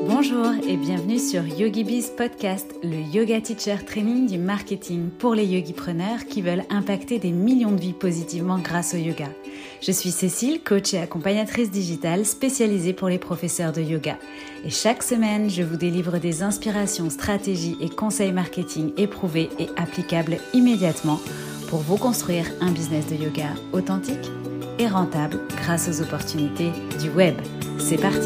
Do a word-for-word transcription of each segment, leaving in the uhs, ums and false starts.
Bonjour et bienvenue sur YogiBiz Podcast, le yoga teacher training du marketing pour les yogipreneurs qui veulent impacter des millions de vies positivement grâce au yoga. Je suis Cécile, coach et accompagnatrice digitale spécialisée pour les professeurs de yoga. Et chaque semaine, je vous délivre des inspirations, stratégies et conseils marketing éprouvés et applicables immédiatement pour vous construire un business de yoga authentique et rentable grâce aux opportunités du web. C'est parti!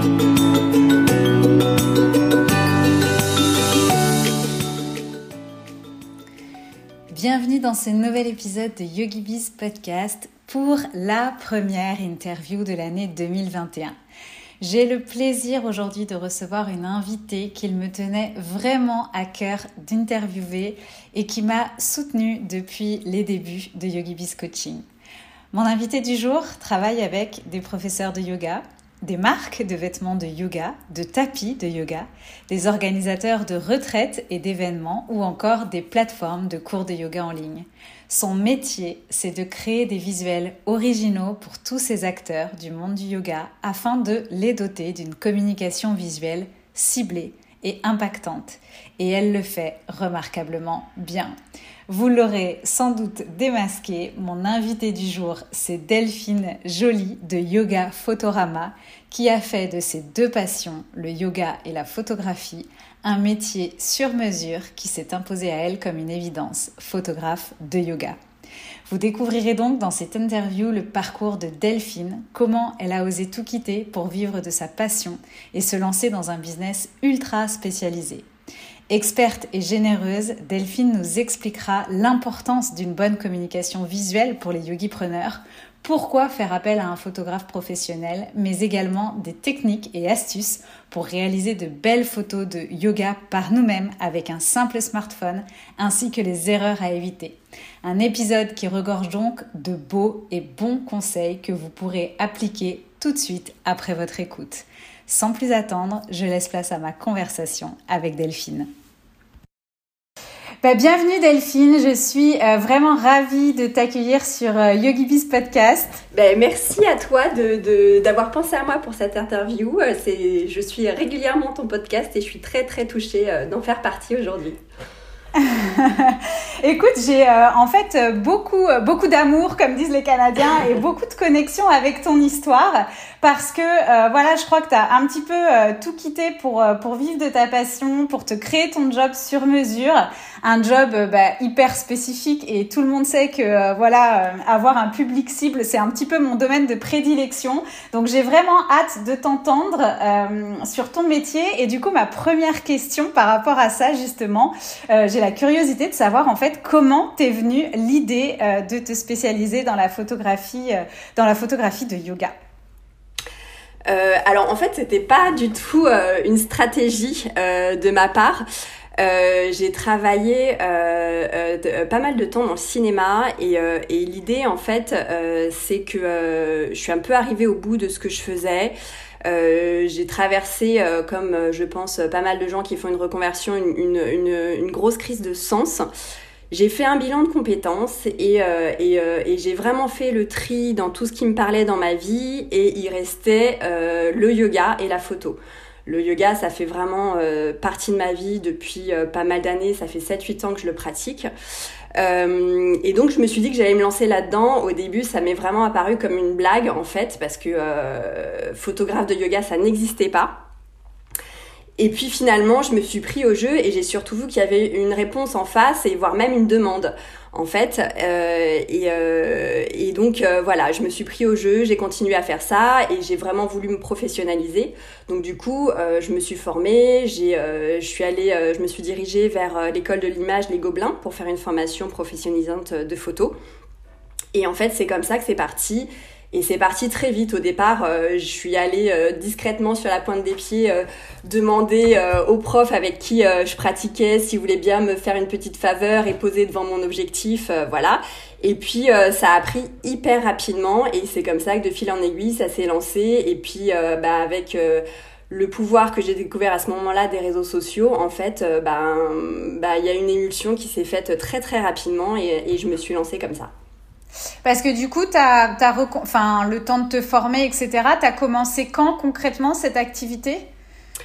Bienvenue dans ce nouvel épisode de YogiBiz Podcast pour la première interview de l'année deux mille vingt et un. J'ai le plaisir aujourd'hui de recevoir une invitée qu'il me tenait vraiment à cœur d'interviewer et qui m'a soutenue depuis les débuts de YogiBiz Coaching. Mon invitée du jour travaille avec des professeurs de yoga, des marques de vêtements de yoga, de tapis de yoga, des organisateurs de retraites et d'événements ou encore des plateformes de cours de yoga en ligne. Son métier, c'est de créer des visuels originaux pour tous ces acteurs du monde du yoga afin de les doter d'une communication visuelle ciblée et impactante. Et elle le fait remarquablement bien. Vous l'aurez sans doute démasqué, mon invitée du jour, c'est Delphine Joly de Yoga Photorama, qui a fait de ses deux passions, le yoga et la photographie, un métier sur mesure qui s'est imposé à elle comme une évidence, photographe de yoga. Vous découvrirez donc dans cette interview le parcours de Delphine, comment elle a osé tout quitter pour vivre de sa passion et se lancer dans un business ultra spécialisé. Experte et généreuse, Delphine nous expliquera l'importance d'une bonne communication visuelle pour les yogipreneurs, pourquoi faire appel à un photographe professionnel, mais également des techniques et astuces pour réaliser de belles photos de yoga par nous-mêmes avec un simple smartphone, ainsi que les erreurs à éviter. Un épisode qui regorge donc de beaux et bons conseils que vous pourrez appliquer tout de suite après votre écoute. Sans plus attendre, je laisse place à ma conversation avec Delphine. Bah, bienvenue Delphine, je suis euh, vraiment ravie de t'accueillir sur euh, YogiBiz Podcast. Ben, merci à toi de, de, d'avoir pensé à moi pour cette interview. C'est, je suis régulièrement ton podcast et je suis très très touchée euh, d'en faire partie aujourd'hui. Écoute, j'ai euh, en fait beaucoup, beaucoup d'amour, comme disent les Canadiens, et beaucoup de connexion avec ton histoire parce que euh, voilà, je crois que tu as un petit peu euh, tout quitté pour, euh, pour vivre de ta passion, pour te créer ton job sur mesure, un job euh, bah, hyper spécifique et tout le monde sait que euh, voilà, euh, avoir un public cible, c'est un petit peu mon domaine de prédilection. Donc j'ai vraiment hâte de t'entendre euh, sur ton métier et du coup ma première question par rapport à ça justement, euh, j'ai la curiosité de savoir en fait comment t'es venue l'idée euh, de te spécialiser dans la photographie, euh, dans la photographie de yoga. Euh, alors en fait, c'était pas du tout euh, une stratégie euh, de ma part. Euh, j'ai travaillé euh, euh, de, euh, pas mal de temps dans le cinéma et, euh, et l'idée en fait, euh, c'est que euh, je suis un peu arrivée au bout de ce que je faisais. Euh, j'ai traversé, euh, comme euh, je pense pas mal de gens qui font une reconversion, une, une, une, une grosse crise de sens. J'ai fait un bilan de compétences et, euh, et, euh, et j'ai vraiment fait le tri dans tout ce qui me parlait dans ma vie et il restait euh, le yoga et la photo. Le yoga, ça fait vraiment euh, partie de ma vie depuis euh, pas mal d'années, ça fait sept huit ans que je le pratique. Euh, et donc je me suis dit que j'allais me lancer là-dedans. Au début, ça m'est vraiment apparu comme une blague en fait, parce que euh, photographe de yoga, ça n'existait pas. Et puis finalement, je me suis pris au jeu et j'ai surtout vu qu'il y avait une réponse en face et voire même une demande en fait. Euh, et, euh, et donc euh, voilà, je me suis pris au jeu, j'ai continué à faire ça et j'ai vraiment voulu me professionnaliser. Donc du coup, euh, je me suis formée, j'ai, euh, je suis allée, euh, je me suis dirigée vers euh, l'école de l'image Les Gobelins pour faire une formation professionnalisante de photo. Et en fait, c'est comme ça que c'est parti. Et c'est parti très vite. Au départ, euh, je suis allée euh, discrètement sur la pointe des pieds euh, demander euh, au prof avec qui euh, je pratiquais s'il voulait bien me faire une petite faveur et poser devant mon objectif, euh, voilà. Et puis euh, ça a pris hyper rapidement et c'est comme ça que de fil en aiguille, ça s'est lancé. Et puis euh, bah avec euh, le pouvoir que j'ai découvert à ce moment-là des réseaux sociaux, en fait, euh, bah bah il y a une émulsion qui s'est faite très très rapidement et, et je me suis lancée comme ça. Parce que du coup, t'as, t'as recon... enfin, le temps de te former, et cetera, tu as commencé quand concrètement cette activité ?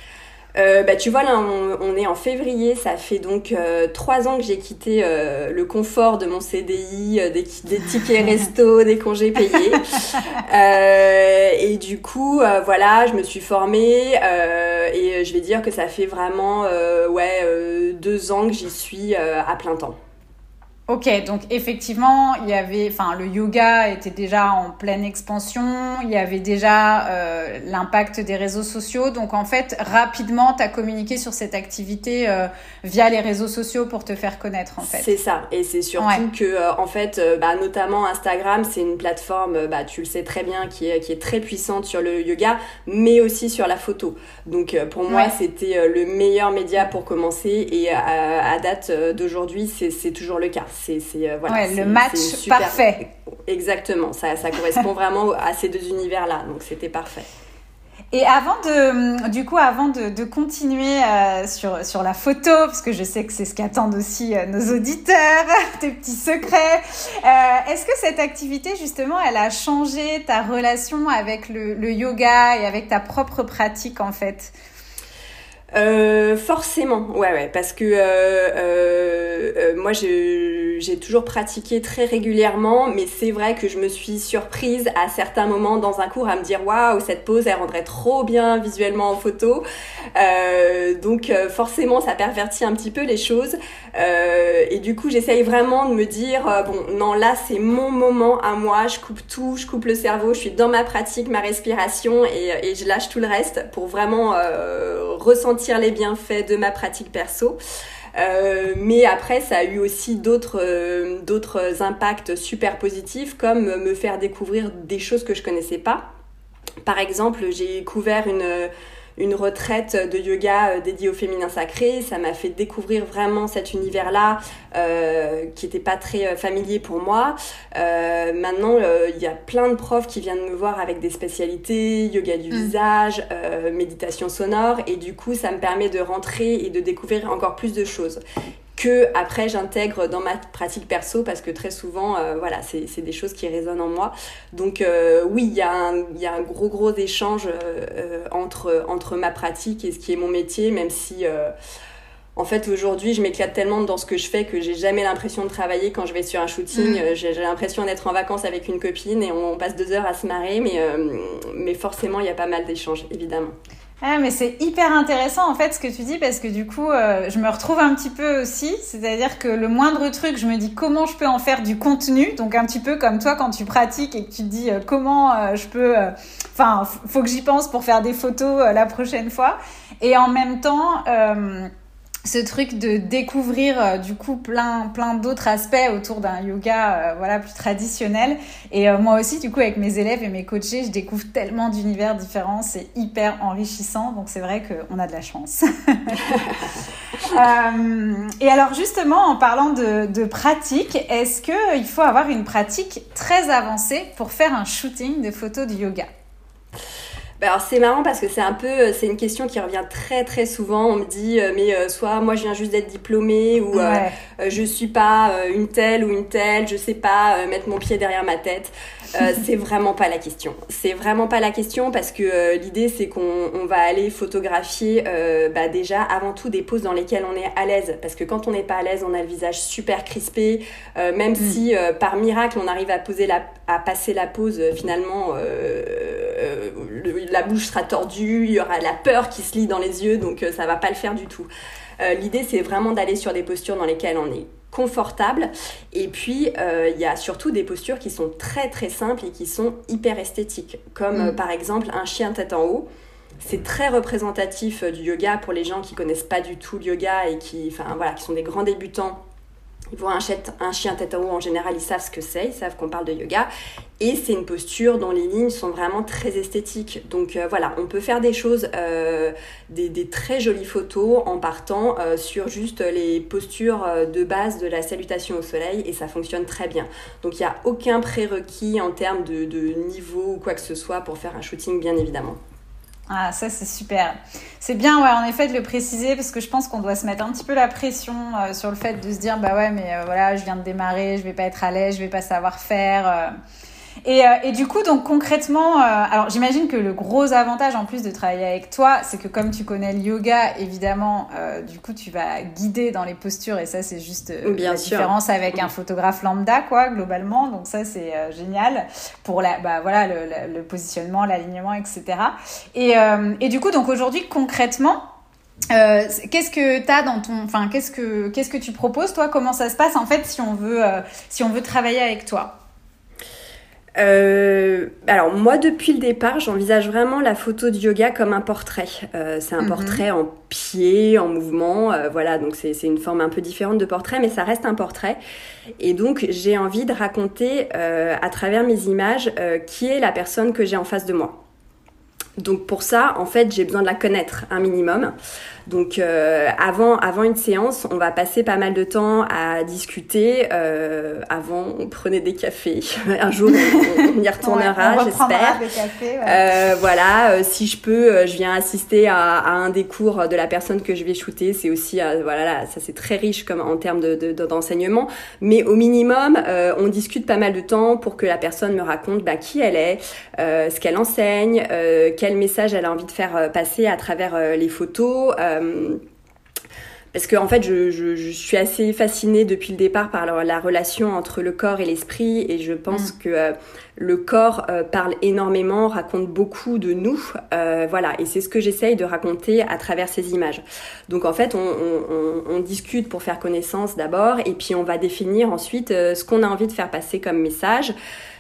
Euh, bah, tu vois, là, on, on est en février. Ça fait donc euh, trois ans que j'ai quitté euh, le confort de mon C D I, euh, des, des tickets resto, des congés payés. Euh, et du coup, euh, voilà, je me suis formée euh, et je vais dire que ça fait vraiment euh, ouais, euh, deux ans que j'y suis euh, à plein temps. Ok, donc effectivement, il y avait, enfin, le yoga était déjà en pleine expansion, il y avait déjà euh, l'impact des réseaux sociaux. Donc en fait, rapidement, tu as communiqué sur cette activité euh, via les réseaux sociaux pour te faire connaître, en fait. C'est ça, et c'est surtout ouais. que, euh, en fait, euh, bah, notamment Instagram, c'est une plateforme, bah, tu le sais très bien, qui est, qui est très puissante sur le yoga, mais aussi sur la photo. Donc euh, pour moi, ouais. c'était euh, le meilleur média pour commencer, et euh, à date euh, d'aujourd'hui, c'est, c'est toujours le cas. C'est, c'est, euh, voilà, ouais, c'est, le match c'est super... parfait. Exactement, ça, ça correspond vraiment à ces deux univers-là, donc c'était parfait. Et avant de, du coup, avant de, de continuer euh, sur, sur la photo, parce que je sais que c'est ce qu'attendent aussi euh, nos auditeurs, tes petits secrets, euh, est-ce que cette activité, justement, elle a changé ta relation avec le, le yoga et avec ta propre pratique, en fait ? Euh, forcément, ouais, ouais, parce que euh, euh, euh, moi, je, j'ai toujours pratiqué très régulièrement, mais c'est vrai que je me suis surprise à certains moments dans un cours à me dire waouh, cette pose, elle rendrait trop bien visuellement en photo. Euh, donc euh, forcément, ça pervertit un petit peu les choses. Euh, et du coup, j'essaye vraiment de me dire euh, bon, non, là, c'est mon moment à moi. Je coupe tout, je coupe le cerveau, je suis dans ma pratique, ma respiration, et, et je lâche tout le reste pour vraiment euh, ressentir les bienfaits de ma pratique perso. Euh, mais après, ça a eu aussi d'autres, euh, d'autres impacts super positifs, comme me faire découvrir des choses que je connaissais pas. Par exemple, j'ai découvert une, une retraite de yoga dédiée au féminin sacré. Ça m'a fait découvrir vraiment cet univers-là euh, qui n'était pas très familier pour moi. Euh, maintenant, il euh, y a plein de profs qui viennent me voir avec des spécialités, yoga du mmh. visage, euh, méditation sonore, et du coup, ça me permet de rentrer et de découvrir encore plus de choses que après j'intègre dans ma pratique perso, parce que très souvent euh, voilà, c'est, c'est des choses qui résonnent en moi. Donc euh, oui, il y a un il y a un gros gros échange euh, entre entre ma pratique et ce qui est mon métier, même si euh, en fait aujourd'hui je m'éclate tellement dans ce que je fais que j'ai jamais l'impression de travailler quand je vais sur un shooting. Mmh. J'ai, j'ai l'impression d'être en vacances avec une copine et on passe deux heures à se marrer, mais euh, mais forcément il y a pas mal d'échanges, évidemment. Ah, mais c'est hyper intéressant en fait ce que tu dis, parce que du coup euh, je me retrouve un petit peu aussi, c'est-à-dire que le moindre truc, je me dis comment je peux en faire du contenu, donc un petit peu comme toi quand tu pratiques et que tu te dis euh, comment euh, je peux, enfin euh, faut que j'y pense pour faire des photos euh, la prochaine fois, et en même temps euh, ce truc de découvrir euh, du coup plein plein d'autres aspects autour d'un yoga euh, voilà plus traditionnel. Et euh, moi aussi du coup avec mes élèves et mes coachés, je découvre tellement d'univers différents, c'est hyper enrichissant, donc c'est vrai qu'on a de la chance. euh, et alors justement en parlant de, de pratique, est-ce que il faut avoir une pratique très avancée pour faire un shooting de photos de yoga ? Alors c'est marrant parce que c'est un peu, c'est une question qui revient très très souvent. On me dit euh, mais euh, soit moi je viens juste d'être diplômée, ou euh, ouais. euh, je suis pas euh, une telle ou une telle, je sais pas euh, mettre mon pied derrière ma tête. Euh, c'est vraiment pas la question. C'est vraiment pas la question, parce que euh, l'idée c'est qu'on on va aller photographier euh, bah, déjà avant tout des poses dans lesquelles on est à l'aise, parce que quand on n'est pas à l'aise, on a le visage super crispé. Euh, même mm. si euh, par miracle on arrive à poser la, à passer la pose, euh, finalement euh, euh, le, la bouche sera tordue, il y aura la peur qui se lit dans les yeux, donc euh, ça va pas le faire du tout. Euh, l'idée c'est vraiment d'aller sur des postures dans lesquelles on est confortable, et puis il euh, y a surtout des postures qui sont très très simples et qui sont hyper esthétiques, comme mmh. euh, par exemple un chien tête en haut. C'est très représentatif euh, du yoga pour les gens qui connaissent pas du tout le yoga et qui, enfin voilà, qui sont des grands débutants. Ils voient un, chet- un chien tête en haut, en général, ils savent ce que c'est, ils savent qu'on parle de yoga. Et c'est une posture dont les lignes sont vraiment très esthétiques. Donc euh, voilà, on peut faire des choses, euh, des, des très jolies photos en partant euh, sur juste les postures de base de la salutation au soleil, et ça fonctionne très bien. Donc il n'y a aucun prérequis en termes de, de niveau ou quoi que ce soit pour faire un shooting, bien évidemment. Ah, ça c'est super. C'est bien, ouais, en effet, de le préciser, parce que je pense qu'on doit se mettre un petit peu la pression euh, sur le fait de se dire bah ouais, mais euh, voilà, je viens de démarrer, je vais pas être à l'aise, je vais pas savoir faire. Euh... Et, euh, et du coup, donc concrètement, euh, alors j'imagine que le gros avantage en plus de travailler avec toi, c'est que comme tu connais le yoga, évidemment, euh, du coup, tu vas guider dans les postures et ça, c'est juste euh, Bien la sûr. différence avec un photographe lambda, quoi, globalement. Donc ça, c'est euh, génial pour la, bah voilà, le, le, le positionnement, l'alignement, et cetera. Et, euh, et du coup, donc aujourd'hui, concrètement, Euh, qu'est-ce que t'as dans ton, enfin, qu'est-ce que, qu'est-ce que tu proposes, toi? Comment ça se passe, en fait, si on veut, euh, si on veut travailler avec toi? Euh, alors moi depuis le départ j'envisage vraiment la photo de yoga comme un portrait. Euh, c'est un mm-hmm. portrait en pied, en mouvement, euh, voilà, donc c'est, c'est une forme un peu différente de portrait, mais ça reste un portrait. Et donc j'ai envie de raconter euh, à travers mes images euh, qui est la personne que j'ai en face de moi. Donc pour ça, en fait, j'ai besoin de la connaître un minimum. Donc euh, avant, avant une séance, on va passer pas mal de temps à discuter. Euh, avant, on prenait des cafés. Un jour, on, on y retournera, ouais, on j'espère. Des cafés, ouais. euh, voilà, euh, si je peux, euh, je viens assister à, à un des cours de la personne que je vais shooter. C'est aussi, euh, voilà, là, ça c'est très riche comme en termes de, de, de, d'enseignement. Mais au minimum, euh, on discute pas mal de temps pour que la personne me raconte bah, qui elle est, euh, ce qu'elle enseigne, euh, quel message elle a envie de faire passer à travers euh, les photos. Euh, parce que en fait, je, je, je suis assez fascinée depuis le départ par la, la relation entre le corps et l'esprit, et je pense mmh. que euh, le corps euh, parle énormément, raconte beaucoup de nous, euh, voilà. Et c'est ce que j'essaye de raconter à travers ces images. Donc en fait, on, on, on, on discute pour faire connaissance d'abord, et puis on va définir ensuite euh, ce qu'on a envie de faire passer comme message.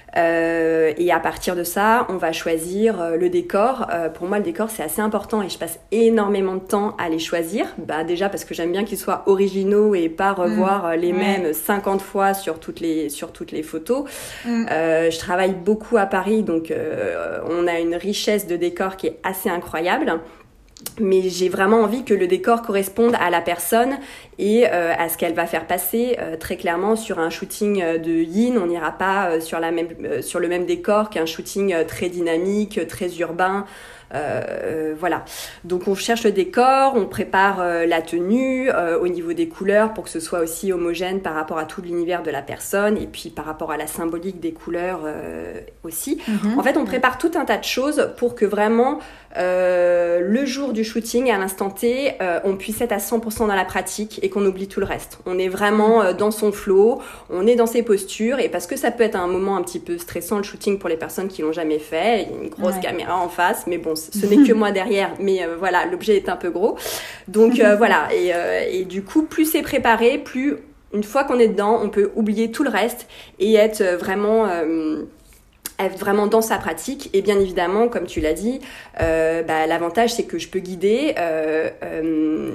Euh, et à partir de ça, on va choisir euh, le décor. Euh, pour moi, le décor, c'est assez important et je passe énormément de temps à les choisir. Bah, déjà parce que j'aime bien qu'ils soient originaux et pas revoir mmh, les ouais. mêmes cinquante fois sur toutes les, sur toutes les photos. Mmh. Euh, je travaille beaucoup à Paris, donc euh, on a une richesse de décor qui est assez incroyable. Mais j'ai vraiment envie que le décor corresponde à la personne et euh, à ce qu'elle va faire passer. Euh, très clairement, sur un shooting de yin, on n'ira pas euh, sur, la même, euh, sur le même décor qu'un shooting euh, très dynamique, très urbain. Euh, voilà. Donc on cherche le décor, on prépare euh, la tenue euh, au niveau des couleurs pour que ce soit aussi homogène par rapport à tout l'univers de la personne et puis par rapport à la symbolique des couleurs euh, aussi. Mm-hmm. En fait, on prépare tout un tas de choses pour que vraiment euh, le jour du shooting, à l'instant T, euh, on puisse être à cent pour cent dans la pratique et qu'on oublie tout le reste. On est vraiment euh, dans son flow, on est dans ses postures, et parce que ça peut être un moment un petit peu stressant le shooting pour les personnes qui l'ont jamais fait, il y a une grosse ouais. caméra en face, mais bon, ce n'est que moi derrière, mais euh, voilà, l'objet est un peu gros. Donc euh, voilà, et, euh, et du coup, plus c'est préparé, plus une fois qu'on est dedans, on peut oublier tout le reste et être vraiment... Euh, être vraiment dans sa pratique. Et bien évidemment, comme tu l'as dit, euh, bah, l'avantage c'est que je peux guider euh, euh,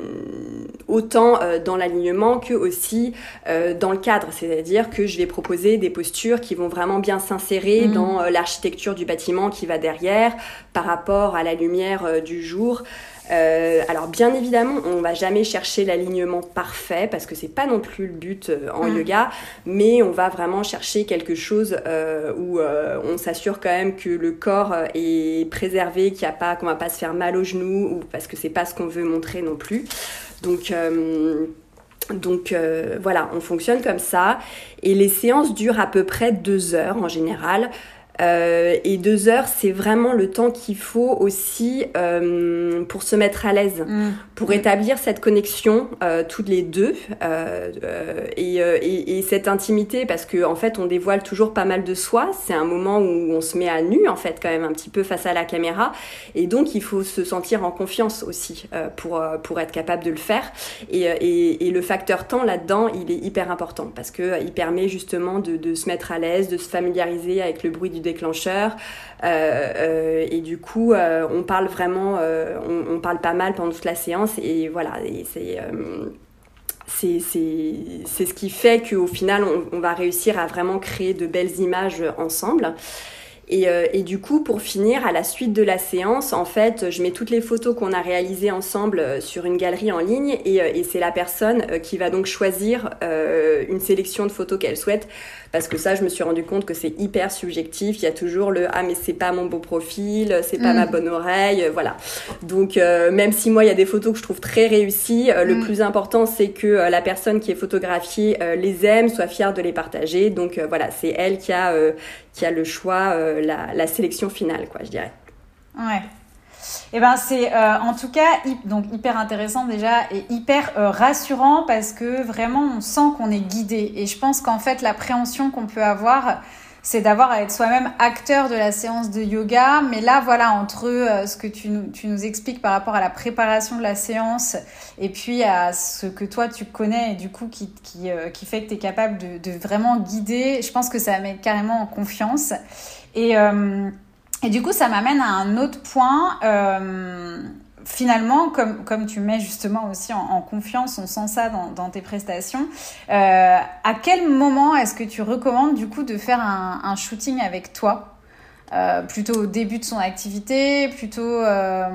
autant euh, dans l'alignement que aussi euh, dans le cadre, c'est-à-dire que je vais proposer des postures qui vont vraiment bien s'insérer mmh. dans euh, l'architecture du bâtiment qui va derrière par rapport à la lumière euh, du jour. Euh, alors bien évidemment, on va jamais chercher l'alignement parfait parce que c'est pas non plus le but euh, en mmh. yoga, mais on va vraiment chercher quelque chose euh, où euh, on s'assure quand même que le corps est préservé, qu'il y a pas, qu'on va pas se faire mal aux genoux, ou parce que c'est pas ce qu'on veut montrer non plus. Donc euh, Donc euh, voilà, on fonctionne comme ça et les séances durent à peu près deux heures en général. Euh, et deux heures, c'est vraiment le temps qu'il faut aussi euh, pour se mettre à l'aise, mmh. pour établir cette connexion euh, toutes les deux euh, euh, et, euh, et, et cette intimité, parce que en fait, on dévoile toujours pas mal de soi. C'est un moment où on se met à nu, en fait, quand même un petit peu face à la caméra, et donc il faut se sentir en confiance aussi euh, pour euh, pour être capable de le faire. Et, et, et le facteur temps là-dedans, il est hyper important parce que euh, il permet justement de, de se mettre à l'aise, de se familiariser avec le bruit du déclencheur euh, euh, et du coup euh, on parle vraiment euh, on, on parle pas mal pendant toute la séance et voilà et c'est euh, c'est, c'est, c'est ce qui fait qu'au final on, on va réussir à vraiment créer de belles images ensemble. Et, euh, et du coup, pour finir, à la suite de la séance, en fait, je mets toutes les photos qu'on a réalisées ensemble euh, sur une galerie en ligne et, euh, et c'est la personne euh, qui va donc choisir euh, une sélection de photos qu'elle souhaite. Parce que ça, je me suis rendu compte que c'est hyper subjectif. Il y a toujours le « ah, mais c'est pas mon beau profil, c'est pas mmh. ma bonne oreille euh, », voilà. Donc, euh, même si moi, il y a des photos que je trouve très réussies, euh, mmh. le plus important, c'est que euh, la personne qui est photographiée euh, les aime, soit fière de les partager. Donc, euh, voilà, c'est elle qui a, euh, qui a le choix, euh, la, la sélection finale, quoi, je dirais. Ouais. Eh ben c'est euh, en tout cas hy- donc hyper intéressant déjà et hyper euh, rassurant parce que vraiment on sent qu'on est guidé et je pense qu'en fait l'appréhension qu'on peut avoir c'est d'avoir à être soi-même acteur de la séance de yoga, mais là voilà entre euh, ce que tu nous, tu nous expliques par rapport à la préparation de la séance et puis à ce que toi tu connais et du coup qui, qui, euh, qui fait que tu es capable de, de vraiment guider, je pense que ça met carrément en confiance et euh, Et du coup, ça m'amène à un autre point. Euh, finalement, comme, comme tu mets justement aussi en, en confiance, on sent ça dans, dans tes prestations. Euh, à quel moment est-ce que tu recommandes du coup de faire un, un shooting avec toi ? euh, Plutôt au début de son activité, plutôt... Euh...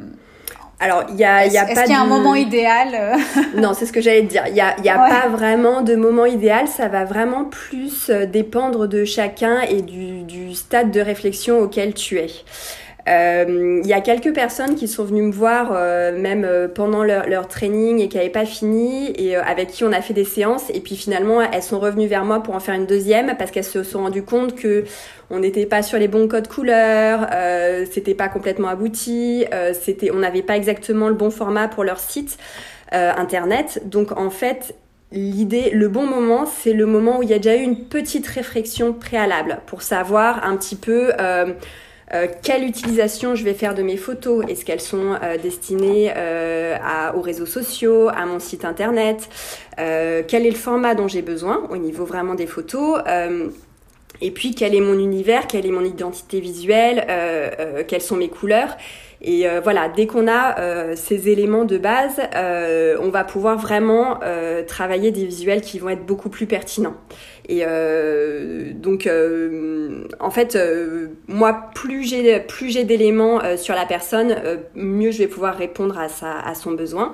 Alors, il y a, est-ce, y a est-ce pas qu'il y a de... un moment idéal ? Non, c'est ce que j'allais te dire. Il y a, y a Ouais. pas vraiment de moment idéal. Ça va vraiment plus dépendre de chacun et du, du stade de réflexion auquel tu es. Il euh, y a quelques personnes qui sont venues me voir euh, même euh, pendant leur, leur training et qui n'avaient pas fini et euh, avec qui on a fait des séances et puis finalement elles sont revenues vers moi pour en faire une deuxième parce qu'elles se sont rendues compte que on n'était pas sur les bons codes couleurs, euh, c'était pas complètement abouti, euh, c'était, on n'avait pas exactement le bon format pour leur site euh, internet. Donc en fait l'idée, le bon moment, c'est le moment où il y a déjà eu une petite réflexion préalable pour savoir un petit peu euh, Euh, quelle utilisation je vais faire de mes photos. Est-ce qu'elles sont euh, destinées euh, à, aux réseaux sociaux, à mon site internet, euh, quel est le format dont j'ai besoin au niveau vraiment des photos, euh, et puis quel est mon univers, quelle est mon identité visuelle, euh, euh, quelles sont mes couleurs. Et euh, voilà, dès qu'on a euh, ces éléments de base, euh, on va pouvoir vraiment euh, travailler des visuels qui vont être beaucoup plus pertinents. Et euh, donc, euh, en fait, euh, moi, plus j'ai plus j'ai d'éléments euh, sur la personne, euh, mieux je vais pouvoir répondre à sa à son besoin.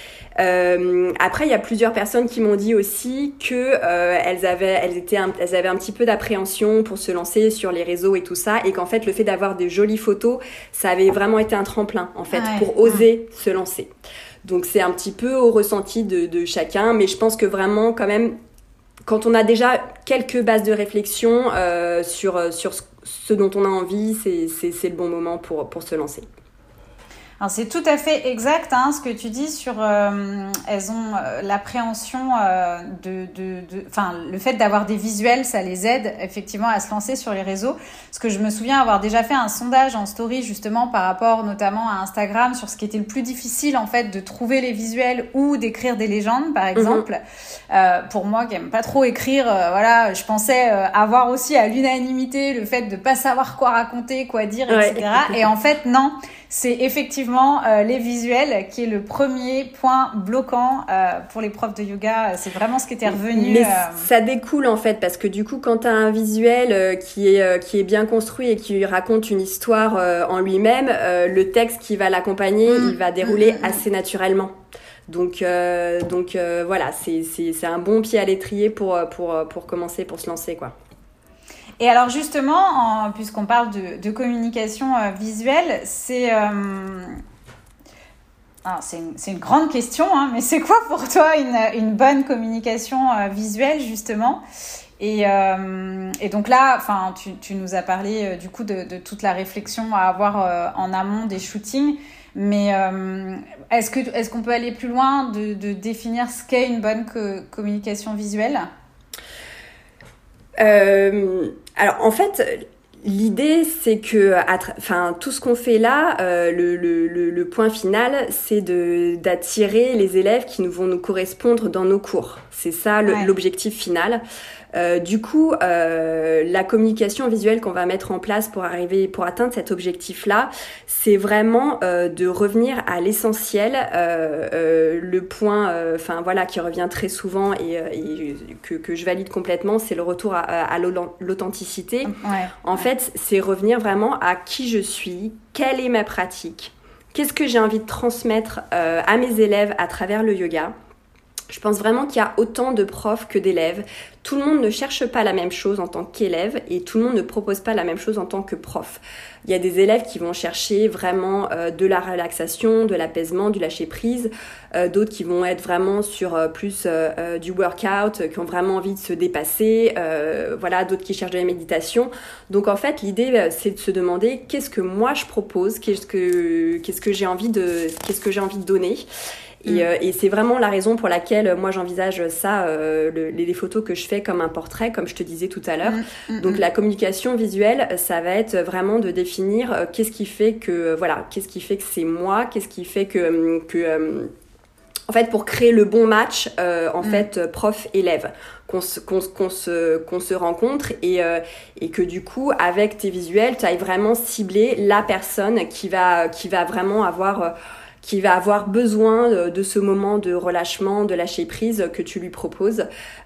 Euh, après, il y a plusieurs personnes qui m'ont dit aussi que euh, elles avaient, elles étaient, un, elles avaient un petit peu d'appréhension pour se lancer sur les réseaux et tout ça, et qu'en fait, le fait d'avoir des jolies photos, ça avait vraiment été un tremplin en fait ouais, pour oser ouais. se lancer. Donc c'est un petit peu au ressenti de, de chacun, mais je pense que vraiment quand même, quand on a déjà quelques bases de réflexion euh, sur sur ce dont on a envie, c'est c'est, c'est le bon moment pour pour se lancer. Alors c'est tout à fait exact hein, ce que tu dis sur euh, elles ont euh, l'appréhension euh, de de de enfin le fait d'avoir des visuels, ça les aide effectivement à se lancer sur les réseaux. Parce que je me souviens avoir déjà fait un sondage en story justement par rapport notamment à Instagram sur ce qui était le plus difficile en fait de trouver les visuels ou d'écrire des légendes par exemple. Mmh. Euh, pour moi qui aime pas trop écrire, euh, voilà, je pensais euh, avoir aussi à l'unanimité le fait de pas savoir quoi raconter, quoi dire, et cetera. Ouais. Et en fait non. C'est effectivement euh, les visuels qui est le premier point bloquant euh, pour les profs de yoga. C'est vraiment ce qui était revenu. Mais euh... ça découle en fait parce que du coup, quand tu as un visuel euh, qui est euh, qui est bien construit et qui raconte une histoire euh, en lui-même, euh, le texte qui va l'accompagner, mmh. il va dérouler mmh. assez naturellement. Donc euh, donc euh, voilà, c'est c'est c'est un bon pied à l'étrier pour pour pour commencer, pour se lancer quoi. Et alors justement, en, puisqu'on parle de, de communication euh, visuelle, c'est, euh, alors c'est, une, c'est une grande question, hein, mais c'est quoi pour toi une, une bonne communication euh, visuelle justement ? Et, euh, et donc là, enfin, tu, tu nous as parlé euh, du coup de, de toute la réflexion à avoir euh, en amont des shootings, mais euh, est-ce que, est-ce qu'on peut aller plus loin de, de définir ce qu'est une bonne co- communication visuelle ? Euh, alors en fait, l'idée c'est que, enfin, tout ce qu'on fait là, euh, le, le, le, le point final, c'est de d'attirer les élèves qui nous vont nous correspondre dans nos cours. C'est ça le, ouais. l'objectif final. Euh, du coup, euh, la communication visuelle qu'on va mettre en place pour arriver, pour atteindre cet objectif-là, c'est vraiment euh, de revenir à l'essentiel, euh, euh, le point, enfin euh, voilà, qui revient très souvent et, et que, que je valide complètement, c'est le retour à, à l'authenticité. Ouais, en ouais. fait, c'est revenir vraiment à qui je suis, quelle est ma pratique, qu'est-ce que j'ai envie de transmettre euh, à mes élèves à travers le yoga. Je pense vraiment qu'il y a autant de profs que d'élèves. Tout le monde ne cherche pas la même chose en tant qu'élève et tout le monde ne propose pas la même chose en tant que prof. Il y a des élèves qui vont chercher vraiment euh, de la relaxation, de l'apaisement, du lâcher-prise. Euh, d'autres qui vont être vraiment sur euh, plus euh, euh, du workout, qui ont vraiment envie de se dépasser. Euh, voilà, d'autres qui cherchent de la méditation. Donc en fait, l'idée, c'est de se demander qu'est-ce que moi je propose, qu'est-ce que, qu'est-ce que j'ai envie de, qu'est-ce que j'ai envie de donner. Et, euh, et c'est vraiment la raison pour laquelle moi j'envisage ça, euh, le, les, les photos que je fais comme un portrait, comme je te disais tout à l'heure. Mmh, mmh, Donc la communication visuelle, ça va être vraiment de définir euh, qu'est-ce qui fait que voilà, qu'est-ce qui fait que c'est moi, qu'est-ce qui fait que que euh, en fait pour créer le bon match euh, en mmh. fait prof-élève. Qu'on se, qu'on, qu'on se, qu'on se rencontre et, euh, et que du coup, avec tes visuels, tu ailles vraiment cibler la personne qui va, qui va vraiment avoir... Euh, qui va avoir besoin de, de ce moment de relâchement, de lâcher prise que tu lui proposes.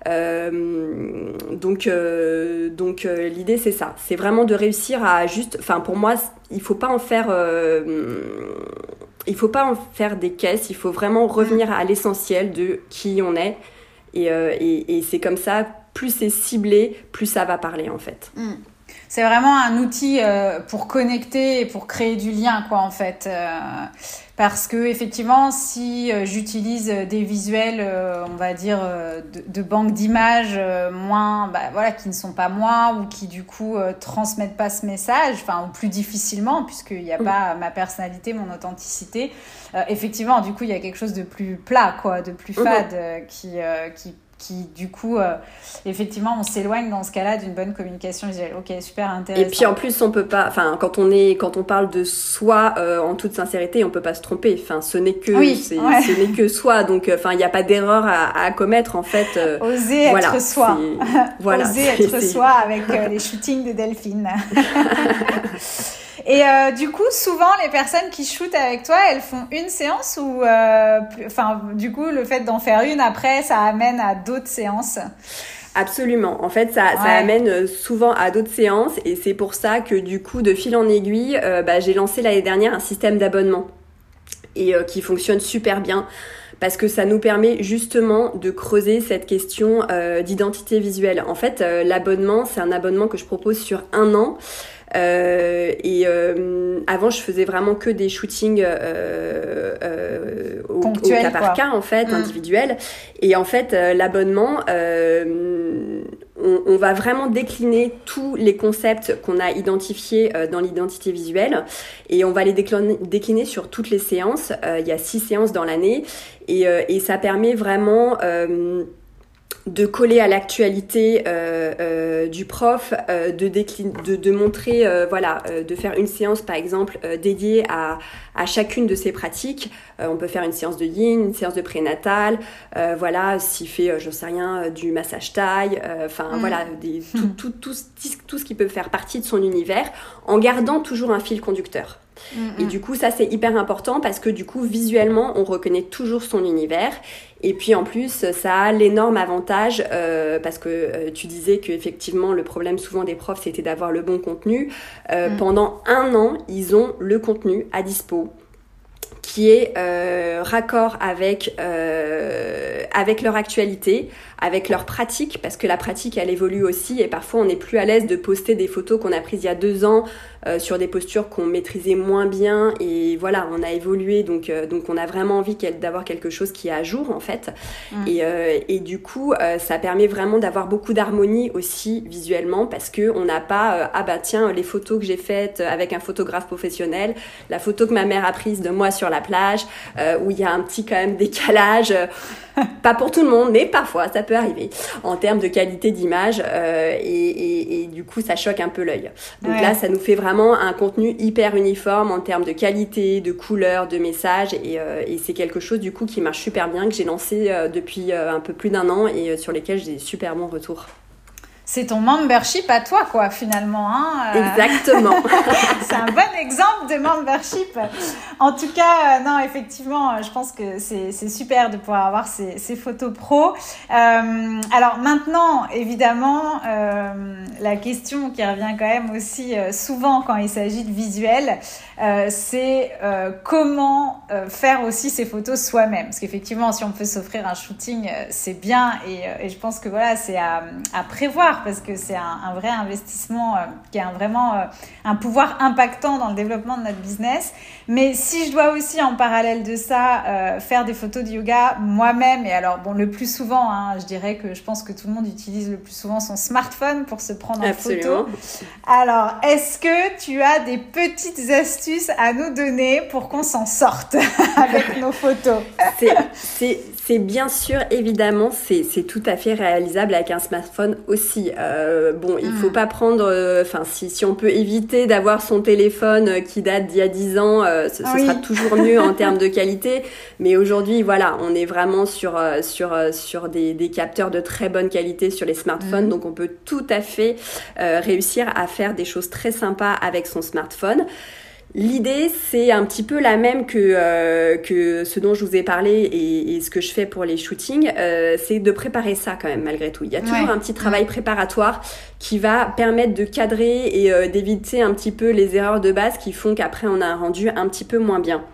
Euh, donc, euh, donc euh, l'idée c'est ça, c'est vraiment de réussir à juste, enfin pour moi, il faut pas en faire, euh, il faut pas en faire des caisses, il faut vraiment revenir à l'essentiel de qui on est, et, euh, et, et c'est comme ça, plus c'est ciblé, plus ça va parler en fait. Mmh. C'est vraiment un outil euh, pour connecter et pour créer du lien, quoi, en fait. Euh, parce que effectivement, si euh, j'utilise des visuels, euh, on va dire, euh, de, de banques d'images euh, moins, bah, voilà, qui ne sont pas moi ou qui du coup euh, transmettent pas ce message, enfin, ou plus difficilement, puisqu'il n'y a mmh. pas ma personnalité, mon authenticité. Euh, effectivement, du coup, il y a quelque chose de plus plat, quoi, de plus fade, mmh. euh, qui, euh, qui qui du coup euh, effectivement on s'éloigne dans ce cas-là d'une bonne communication visuelle. Ok, super intéressant. Et puis en plus on peut pas, enfin quand on est quand on parle de soi euh, en toute sincérité, on peut pas se tromper, enfin ce n'est que oui, c'est, ouais. ce n'est que soi, donc enfin il y a pas d'erreur à, à commettre en fait. Euh, oser voilà, être soi. Voilà, oser c'est, être c'est... soi avec euh, les shootings de Delphine. Et euh, du coup, souvent, les personnes qui shootent avec toi, elles font une séance ou, euh, enfin, du coup, le fait d'en faire une après, ça amène à d'autres séances. Absolument. En fait, ça, ouais. ça amène souvent à d'autres séances et c'est pour ça que du coup, de fil en aiguille, euh, bah, j'ai lancé l'année dernière un système d'abonnement et euh, qui fonctionne super bien. Parce que ça nous permet justement de creuser cette question euh, d'identité visuelle. En fait, euh, l'abonnement, c'est un abonnement que je propose sur un an. Euh, et euh, avant, je faisais vraiment que des shootings euh, euh, au, au cas par cas, en fait, mmh. individuels. Et en fait, euh, l'abonnement, euh, on, on va vraiment décliner tous les concepts qu'on a identifiés euh, dans l'identité visuelle et on va les décliner, décliner sur toutes les séances. Euh, il y a six séances dans l'année et, euh, et ça permet vraiment... Euh, de coller à l'actualité euh, euh, du prof, euh, de, décliner, de, de montrer, euh, voilà, euh, de faire une séance par exemple euh, dédiée à, à chacune de ces pratiques. Euh, on peut faire une séance de yin, une séance de prénatal, euh, voilà, s'il fait, euh, j'en sais rien, euh, du massage taille, enfin euh, mmh. voilà, des, tout, tout, tout, tout, tout ce qui peut faire partie de son univers, en gardant toujours un fil conducteur. Mmh. Et du coup, ça, c'est hyper important parce que du coup, visuellement, on reconnaît toujours son univers. Et puis, en plus, ça a l'énorme avantage euh, parce que euh, tu disais qu'effectivement, le problème souvent des profs, c'était d'avoir le bon contenu. Euh, mmh. Pendant un an, ils ont le contenu à dispo qui est euh, raccord avec, euh, avec leur actualité, avec leur pratique, parce que la pratique, elle évolue aussi, et parfois on n'est plus à l'aise de poster des photos qu'on a prises il y a deux ans euh, sur des postures qu'on maîtrisait moins bien, et voilà, on a évolué, donc, euh, donc on a vraiment envie d'avoir quelque chose qui est à jour, en fait. Mmh. Et, euh, et du coup, euh, ça permet vraiment d'avoir beaucoup d'harmonie aussi visuellement, parce qu'on n'a pas, euh, ah bah tiens, les photos que j'ai faites avec un photographe professionnel, la photo que ma mère a prise de moi sur la plage, euh, où il y a un petit quand même décalage, euh, pas pour tout le monde, mais parfois ça peut arriver en termes de qualité d'image euh, et, et, et du coup ça choque un peu l'œil. Donc ouais. Là ça nous fait vraiment un contenu hyper uniforme en termes de qualité, de couleur, de message et, euh, et c'est quelque chose du coup qui marche super bien, que j'ai lancé euh, depuis euh, un peu plus d'un an et euh, sur lesquels j'ai des super bons retours. c'est ton membership à toi, quoi, finalement. Hein. Exactement. C'est un bon exemple de membership. En tout cas, euh, non, effectivement, je pense que c'est, c'est super de pouvoir avoir ces, ces photos pro. Euh, alors maintenant, évidemment, euh, la question qui revient quand même aussi euh, souvent quand il s'agit de visuel, euh, c'est euh, comment euh, faire aussi ces photos soi-même. Parce qu'effectivement, si on peut s'offrir un shooting, euh, c'est bien. Et, euh, et je pense que voilà, c'est à, à prévoir. Parce que c'est un, un vrai investissement euh, qui a un, vraiment euh, un pouvoir impactant dans le développement de notre business. Mais si je dois aussi en parallèle de ça euh, faire des photos de yoga moi-même, et alors bon, le plus souvent, hein, je dirais que je pense que tout le monde utilise le plus souvent son smartphone pour se prendre en Absolument. photo. Alors, est-ce que tu as des petites astuces à nous donner pour qu'on s'en sorte avec nos photos? c'est, c'est, c'est bien sûr, évidemment, c'est, c'est tout à fait réalisable avec un smartphone aussi. Euh, bon, il faut pas prendre, enfin, euh, si, si on peut éviter d'avoir son téléphone qui date d'il y a dix ans, euh, ce, ce oui. sera toujours mieux en termes de qualité. Mais aujourd'hui, voilà, on est vraiment sur, euh, sur, euh, sur des, des capteurs de très bonne qualité sur les smartphones. Mmh. Donc, on peut tout à fait euh, réussir à faire des choses très sympas avec son smartphone. L'idée, c'est un petit peu la même que, euh, que ce dont je vous ai parlé et, et ce que je fais pour les shootings, euh, c'est de préparer ça quand même malgré tout. Il y a toujours ouais. un petit travail ouais. préparatoire qui va permettre de cadrer et euh, d'éviter un petit peu les erreurs de base qui font qu'après on a un rendu un petit peu moins bien.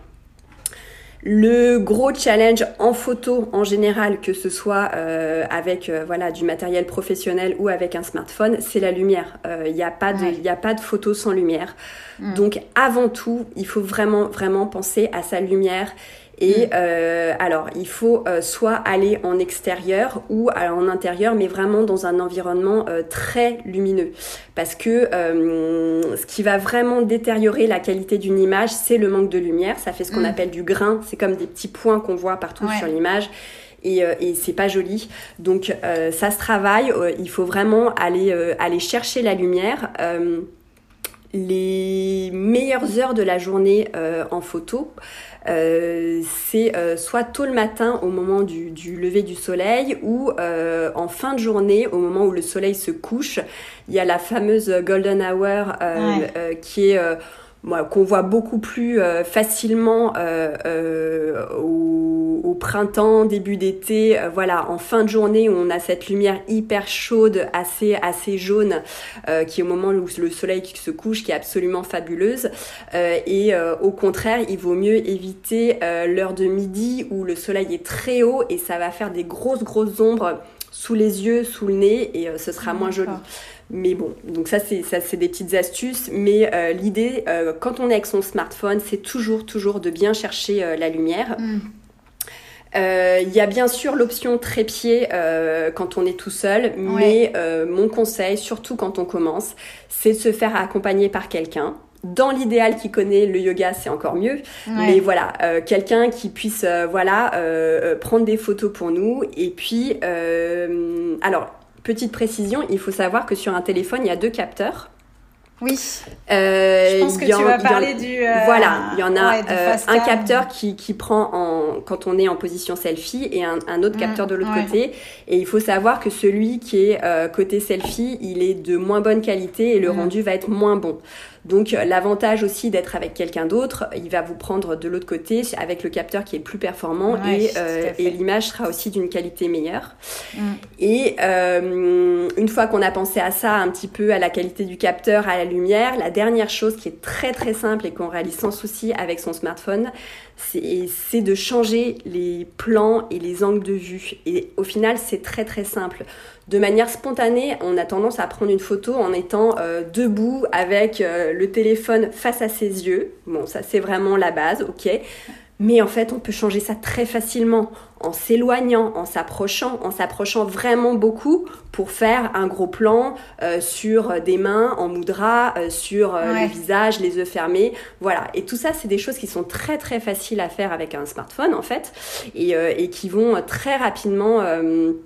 Le gros challenge en photo en général, que ce soit euh, avec euh, voilà du matériel professionnel ou avec un smartphone, c'est la lumière. Il euh, n'y a pas de il ouais. y a pas de photo sans lumière. Mmh. Donc avant tout, il faut vraiment vraiment penser à sa lumière. Et mmh. euh, alors, il faut euh, soit aller en extérieur ou alors en intérieur, mais vraiment dans un environnement euh, très lumineux. Parce que euh, ce qui va vraiment détériorer la qualité d'une image, c'est le manque de lumière. Ça fait ce qu'on mmh. appelle du grain. C'est comme des petits points qu'on voit partout ouais. sur l'image. Et, euh, et c'est pas joli. Donc, euh, ça se travaille. Euh, il faut vraiment aller, euh, aller chercher la lumière. Euh, les meilleures heures de la journée euh, en photo, euh, c'est euh, soit tôt le matin au moment du, du lever du soleil ou euh, en fin de journée au moment où le soleil se couche. Il y a la fameuse golden hour euh, ouais. euh, qui est euh, Moi, qu'on voit beaucoup plus euh, facilement euh, euh, au, au printemps, début d'été, euh, voilà, en fin de journée où on a cette lumière hyper chaude, assez assez jaune, euh, qui est au moment où le soleil se couche, qui est absolument fabuleuse. Euh, et euh, au contraire, il vaut mieux éviter euh, l'heure de midi où le soleil est très haut et ça va faire des grosses grosses ombres sous les yeux, sous le nez, et euh, ce sera moins joli. Mais bon, donc ça c'est, ça, c'est des petites astuces, mais euh, l'idée, euh, quand on est avec son smartphone, c'est toujours, toujours de bien chercher euh, la lumière. Mm. Euh, il y a bien sûr l'option trépied euh, quand on est tout seul, mais ouais. euh, mon conseil, surtout quand on commence, c'est de se faire accompagner par quelqu'un. Dans l'idéal qui connaît le yoga, c'est encore mieux. Ouais. Mais voilà, euh, quelqu'un qui puisse euh, voilà euh, prendre des photos pour nous. Et puis, euh, alors, petite précision, il faut savoir que sur un téléphone, il y a deux capteurs. Oui. Euh, Je pense que tu vas parler du. Euh, voilà, il y en a ouais, euh, un capteur qui qui prend en quand on est en position selfie et un, un autre capteur mmh, de l'autre ouais. côté. Et il faut savoir que celui qui est euh, côté selfie, il est de moins bonne qualité et le mmh. rendu va être moins bon. Donc l'avantage aussi d'être avec quelqu'un d'autre, il va vous prendre de l'autre côté avec le capteur qui est le plus performant ouais, et, euh, et l'image sera aussi d'une qualité meilleure. Mm. Et euh, une fois qu'on a pensé à ça, un petit peu à la qualité du capteur, à la lumière, la dernière chose qui est très très simple et qu'on réalise sans souci avec son smartphone, c'est, c'est de changer les plans et les angles de vue. Et au final, c'est très très simple. De manière spontanée, on a tendance à prendre une photo en étant euh, debout avec euh, le téléphone face à ses yeux. Bon, ça c'est vraiment la base, ok. Mais en fait, on peut changer ça très facilement en s'éloignant, en s'approchant, en s'approchant vraiment beaucoup pour faire un gros plan euh, sur des mains en mudra, euh, sur euh, ouais. le visage, les yeux fermés. Voilà. Et tout ça, c'est des choses qui sont très très faciles à faire avec un smartphone en fait et, euh, et qui vont très rapidement... Euh,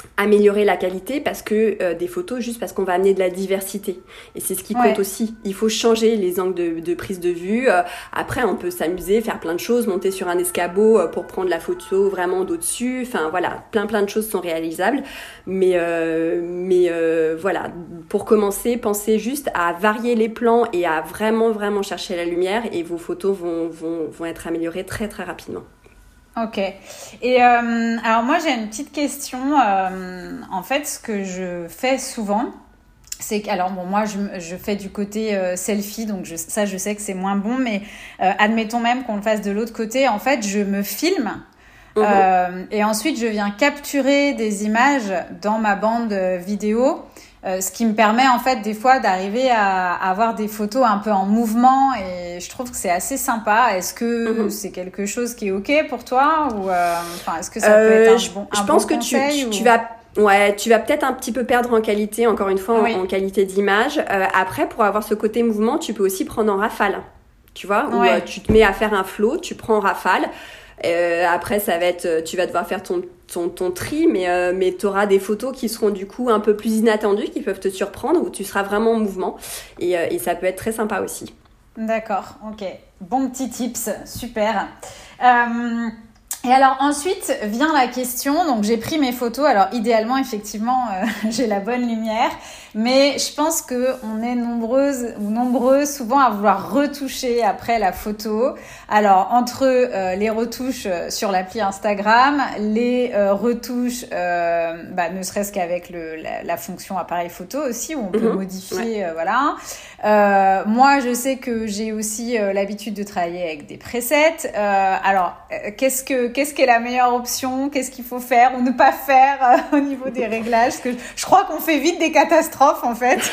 améliorer la qualité parce que euh, des photos juste parce qu'on va amener de la diversité et c'est ce qui compte ouais. aussi. Il faut changer les angles de, de prise de vue. Euh, après on peut s'amuser, faire plein de choses, monter sur un escabeau euh, pour prendre la photo vraiment d'au-dessus, enfin voilà, plein plein de choses sont réalisables, mais euh, mais euh, voilà, pour commencer, pensez juste à varier les plans et à vraiment vraiment chercher la lumière et vos photos vont vont vont être améliorées très très rapidement. Ok. Et euh, alors moi j'ai une petite question. Euh, en fait, ce que je fais souvent, c'est que alors bon moi je, je fais du côté euh, selfie, donc je, ça je sais que c'est moins bon, mais euh, admettons même qu'on le fasse de l'autre côté. En fait, je me filme. Mmh. Euh, et ensuite je viens capturer des images dans ma bande vidéo. Euh, ce qui me permet en fait des fois d'arriver à, à avoir des photos un peu en mouvement et je trouve que c'est assez sympa. Est-ce que mmh. c'est quelque chose qui est ok pour toi ou euh, enfin est-ce que ça euh, peut être un je, bon je un pense bon que conseil, tu, ou... tu vas ouais tu vas peut-être un petit peu perdre en qualité encore une fois oui. en, en qualité d'image. Euh, après pour avoir ce côté mouvement tu peux aussi prendre en rafale, tu vois, où ouais. euh, tu te mets à faire un flow, tu prends en rafale. Euh, après ça va être tu vas devoir faire ton ton, ton tri mais euh, mais tu auras des photos qui seront du coup un peu plus inattendues, qui peuvent te surprendre, où tu seras vraiment en mouvement et, euh, et ça peut être très sympa aussi. D'accord, ok, bon petit tips, super. euh... Et alors ensuite vient la question, donc j'ai pris mes photos, alors idéalement effectivement euh, j'ai la bonne lumière, mais je pense qu'on est nombreuses ou nombreux souvent à vouloir retoucher après la photo. Alors entre euh, les retouches sur l'appli Instagram, les euh, retouches euh, bah, ne serait-ce qu'avec le, la, la fonction appareil photo aussi, où on peut mmh, modifier, ouais. euh, voilà. Euh, moi je sais que j'ai aussi euh, l'habitude de travailler avec des presets. Euh, alors euh, qu'est-ce que Qu'est-ce qui est la meilleure option? Qu'est-ce qu'il faut faire ou ne pas faire euh, au niveau des réglages? Parce que je crois qu'on fait vite des catastrophes, en fait.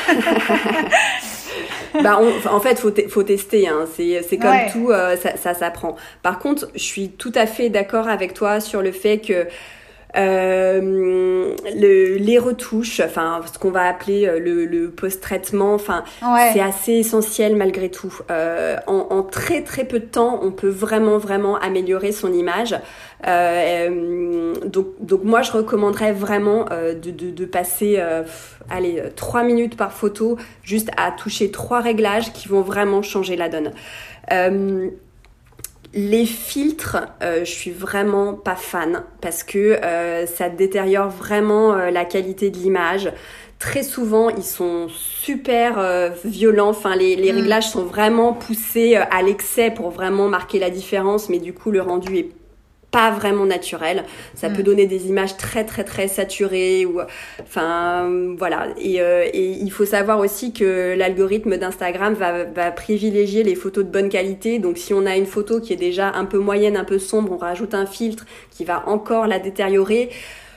bah on, en fait, faut, te, faut tester. Hein. C'est, c'est comme ouais. tout, euh, ça, ça s'apprend. Par contre, je suis tout à fait d'accord avec toi sur le fait que Euh, le, les retouches, enfin ce qu'on va appeler le, le post-traitement, enfin ouais. c'est assez essentiel malgré tout. Euh, en, en très très peu de temps, on peut vraiment vraiment améliorer son image. Euh, donc donc moi je recommanderais vraiment euh, de, de de passer euh, allez trois minutes par photo juste à toucher trois réglages qui vont vraiment changer la donne. Euh, Les filtres, euh, je suis vraiment pas fan parce que euh, ça détériore vraiment euh, la qualité de l'image. Très souvent, ils sont super euh, violents. Enfin, les, les mmh. réglages sont vraiment poussés euh, à l'excès pour vraiment marquer la différence, mais du coup, le rendu est pas vraiment naturel. Ça mmh. peut donner des images très très très saturées ou enfin voilà et euh, et il faut savoir aussi que l'algorithme d'Instagram va va privilégier les photos de bonne qualité. Donc si on a une photo qui est déjà un peu moyenne, un peu sombre, on rajoute un filtre qui va encore la détériorer.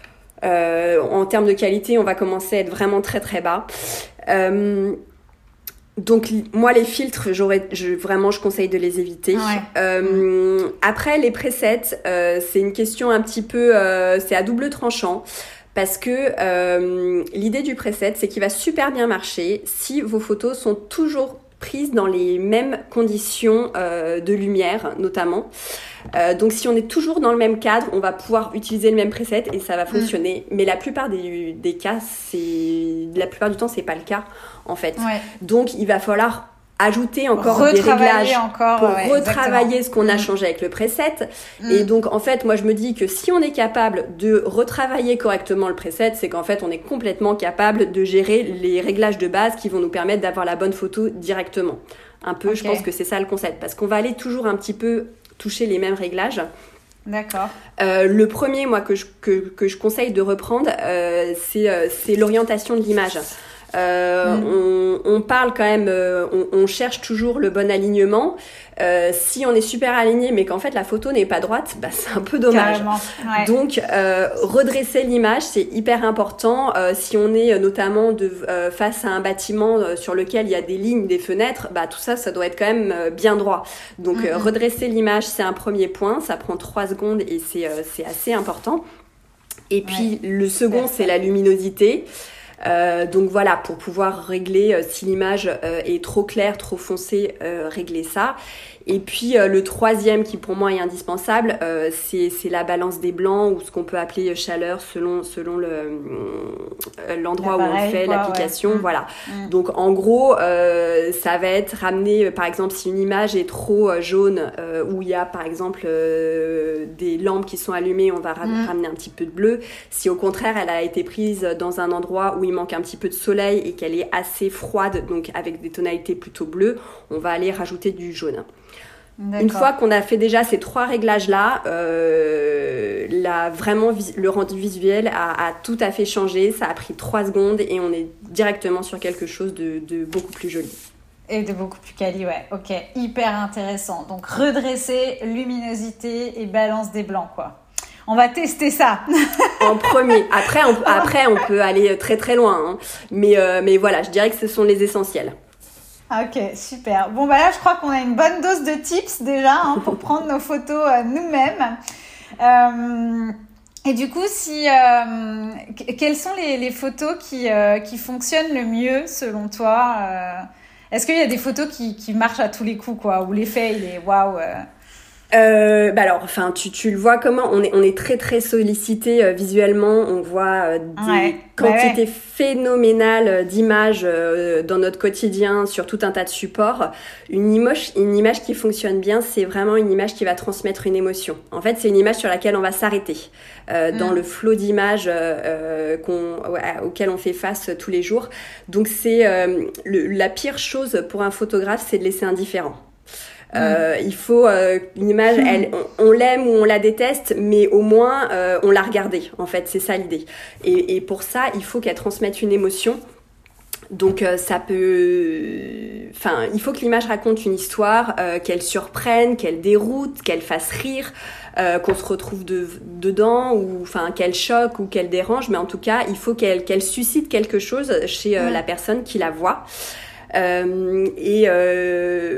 Euh, en termes de qualité, on va commencer à être vraiment très très bas. Euh, Donc moi les filtres, j'aurais, je, vraiment je conseille de les éviter. Ouais. Euh, après les presets, euh, c'est une question un petit peu, euh, c'est à double tranchant parce que euh, l'idée du preset, c'est qu'il va super bien marcher si vos photos sont toujours prises dans les mêmes conditions euh, de lumière notamment. Euh, donc si on est toujours dans le même cadre, on va pouvoir utiliser le même preset et ça va fonctionner. Mmh. Mais la plupart des, des cas, c'est la plupart du temps, c'est pas le cas en fait. Ouais. Donc il va falloir ajouter encore des réglages encore, pour ouais, retravailler exactement. ce qu'on a mmh. changé avec le preset. Mmh. Et donc en fait, moi je me dis que si on est capable de retravailler correctement le preset, c'est qu'en fait on est complètement capable de gérer les réglages de base qui vont nous permettre d'avoir la bonne photo directement. Un peu, okay. Je pense que c'est ça le concept, parce qu'on va aller toujours un petit peu toucher les mêmes réglages. D'accord. Euh, le premier, moi, que je, que, que je conseille de reprendre, euh, c'est, euh, c'est l'orientation de l'image. Euh, mmh. on, on parle quand même, euh, on, on cherche toujours le bon alignement. Euh, si on est super aligné, mais qu'en fait la photo n'est pas droite, bah, c'est un peu dommage. Ouais. Donc, euh, redresser l'image, c'est hyper important. Euh, si on est notamment de, euh, face à un bâtiment euh, sur lequel il y a des lignes, des fenêtres, bah tout ça, ça doit être quand même euh, bien droit. Donc, mmh. euh, redresser l'image, c'est un premier point. Ça prend trois secondes et c'est, euh, c'est assez important. Et puis, ouais, le second, c'est la luminosité. Euh, donc voilà, pour pouvoir régler euh, si l'image euh, est trop claire, trop foncée, euh, régler ça. Et puis euh, le troisième qui pour moi est indispensable, euh, c'est, c'est la balance des blancs ou ce qu'on peut appeler chaleur selon, selon le, euh, l'endroit où on fait quoi, l'application. Ouais. Voilà. Mmh. Donc en gros, euh, ça va être ramener, par exemple, si une image est trop euh, jaune, euh, où il y a par exemple euh, des lampes qui sont allumées, on va ra- mmh. ramener un petit peu de bleu. Si au contraire elle a été prise dans un endroit où il manque un petit peu de soleil et qu'elle est assez froide, donc avec des tonalités plutôt bleues, on va aller rajouter du jaune. D'accord. Une fois qu'on a fait déjà ces trois réglages-là, euh, là, vraiment, vis- le rendu visuel a, a tout à fait changé. Ça a pris trois secondes et on est directement sur quelque chose de, de beaucoup plus joli. Et de beaucoup plus quali, ouais. Ok, hyper intéressant. Donc, redresser, luminosité et balance des blancs, quoi. On va tester ça. En premier. Après, on, après, on peut aller très très loin. Hein. Mais, euh, mais voilà, je dirais que ce sont les essentiels. Ok, super. Bon, bah là, je crois qu'on a une bonne dose de tips déjà hein, pour prendre nos photos euh, nous-mêmes. Euh, et du coup, si, euh, quelles sont les, les photos qui, euh, qui fonctionnent le mieux selon toi euh, Est-ce qu'il y a des photos qui, qui marchent à tous les coups, quoi, où l'effet, il est waouh euh... Euh, bah alors, enfin, tu, tu le vois comment on est, on est très très sollicité euh, visuellement. On voit euh, des ouais, quantités ouais. phénoménales d'images euh, dans notre quotidien sur tout un tas de supports. Une image, une image qui fonctionne bien, c'est vraiment une image qui va transmettre une émotion. En fait, c'est une image sur laquelle on va s'arrêter euh, mm. dans le flot d'images euh, qu'on, ouais, auquel on fait face tous les jours. Donc, c'est euh, le, la pire chose pour un photographe, c'est de laisser indifférent. Euh, il faut euh, une image, elle, on, on l'aime ou on la déteste, mais au moins euh, on l'a regardée. En fait, c'est ça l'idée. Et, et pour ça, il faut qu'elle transmette une émotion. Donc euh, ça peut, enfin, il faut que l'image raconte une histoire, euh, qu'elle surprenne, qu'elle déroute, qu'elle fasse rire, euh, qu'on se retrouve de, dedans, ou enfin qu'elle choque ou qu'elle dérange. Mais en tout cas, il faut qu'elle, qu'elle suscite quelque chose chez euh, la personne qui la voit. Euh, et euh,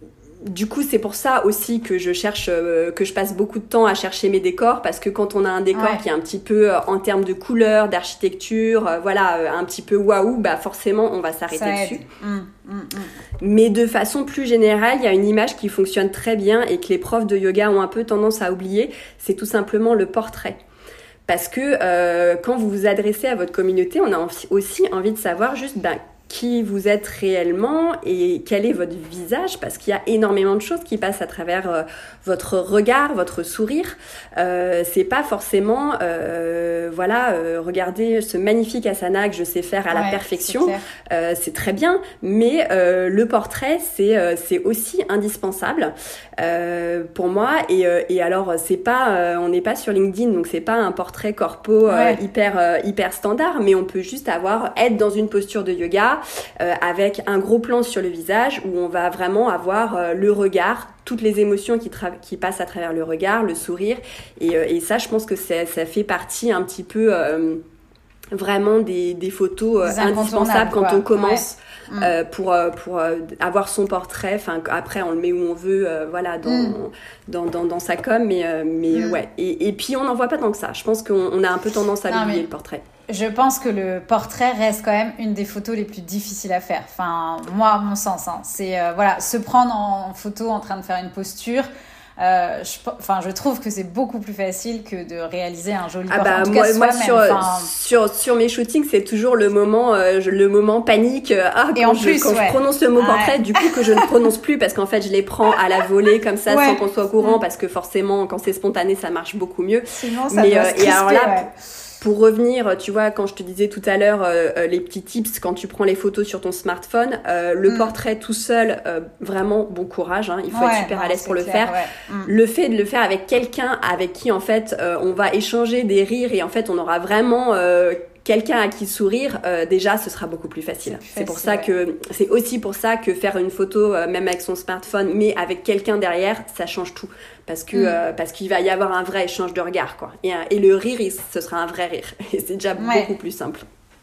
Du coup, c'est pour ça aussi que je cherche, euh, que je passe beaucoup de temps à chercher mes décors, parce que quand on a un décor ouais. qui est un petit peu euh, en termes de couleur, d'architecture, euh, voilà, euh, un petit peu waouh, bah forcément, on va s'arrêter ça dessus. Mmh, mmh, mmh. Mais de façon plus générale, il y a une image qui fonctionne très bien et que les profs de yoga ont un peu tendance à oublier, c'est tout simplement le portrait. Parce que euh, quand vous vous adressez à votre communauté, on a aussi envie de savoir juste, ben, qui vous êtes réellement et quel est votre visage, parce qu'il y a énormément de choses qui passent à travers euh, votre regard, votre sourire. Euh, c'est pas forcément, euh, voilà, euh, regardez ce magnifique asana que je sais faire à ouais, la perfection. C'est, euh, c'est très bien, mais euh, le portrait, c'est euh, c'est aussi indispensable euh, pour moi. Et, euh, et alors, c'est pas, euh, on n'est pas sur LinkedIn, donc c'est pas un portrait corpo euh, ouais. hyper euh, hyper standard, mais on peut juste avoir être dans une posture de yoga. Euh, avec un gros plan sur le visage où on va vraiment avoir euh, le regard, toutes les émotions qui, tra- qui passent à travers le regard, le sourire. Et, euh, et ça, je pense que ça, ça fait partie un petit peu euh, vraiment des, des photos euh, indispensables quand on commence. Ouais. Euh, pour euh, pour euh, avoir son portrait, enfin après on le met où on veut, euh, voilà, dans, mm. dans dans dans sa com, mais euh, mais mm. ouais. Et et puis on n'en voit pas tant que ça. Je pense qu'on on a un peu tendance à non, l'oublier, le portrait. Je pense que le portrait reste quand même une des photos les plus difficiles à faire. Enfin, moi, à mon sens, hein, c'est euh, voilà, se prendre en photo en train de faire une posture. Euh, je, enfin, je trouve que c'est beaucoup plus facile que de réaliser un joli portrait. Ah bah, en tout moi, cas, moi soi-même, sur, enfin... sur, sur mes shootings, c'est toujours le moment, euh, je, le moment panique. Euh, ah, quand, je, plus, quand ouais. je prononce le mot ouais. portrait, du coup, que je ne prononce plus parce qu'en fait, je les prends à la volée comme ça, ouais. sans qu'on soit au courant, mmh. parce que forcément, quand c'est spontané, ça marche beaucoup mieux. Sinon, ça Mais, doit euh, se crisper, et alors là, ouais. pour revenir, tu vois, quand je te disais tout à l'heure, euh, les petits tips, quand tu prends les photos sur ton smartphone, euh, le mm. portrait tout seul, euh, vraiment bon courage, hein, il faut ouais, être super non, à l'aise pour clair, le faire. Ouais. Mm. Le fait de le faire avec quelqu'un avec qui, en fait, euh, on va échanger des rires et en fait, on aura vraiment... Euh, quelqu'un à qui sourire, euh, déjà, ce sera beaucoup plus facile. C'est, c'est pour ça ouais. que c'est aussi pour ça que faire une photo, euh, même avec son smartphone, mais avec quelqu'un derrière, ça change tout, parce que mm. euh, parce qu'il va y avoir un vrai échange de regard, quoi. Et, et le rire, il, ce sera un vrai rire. Et c'est déjà ouais. beaucoup plus simple.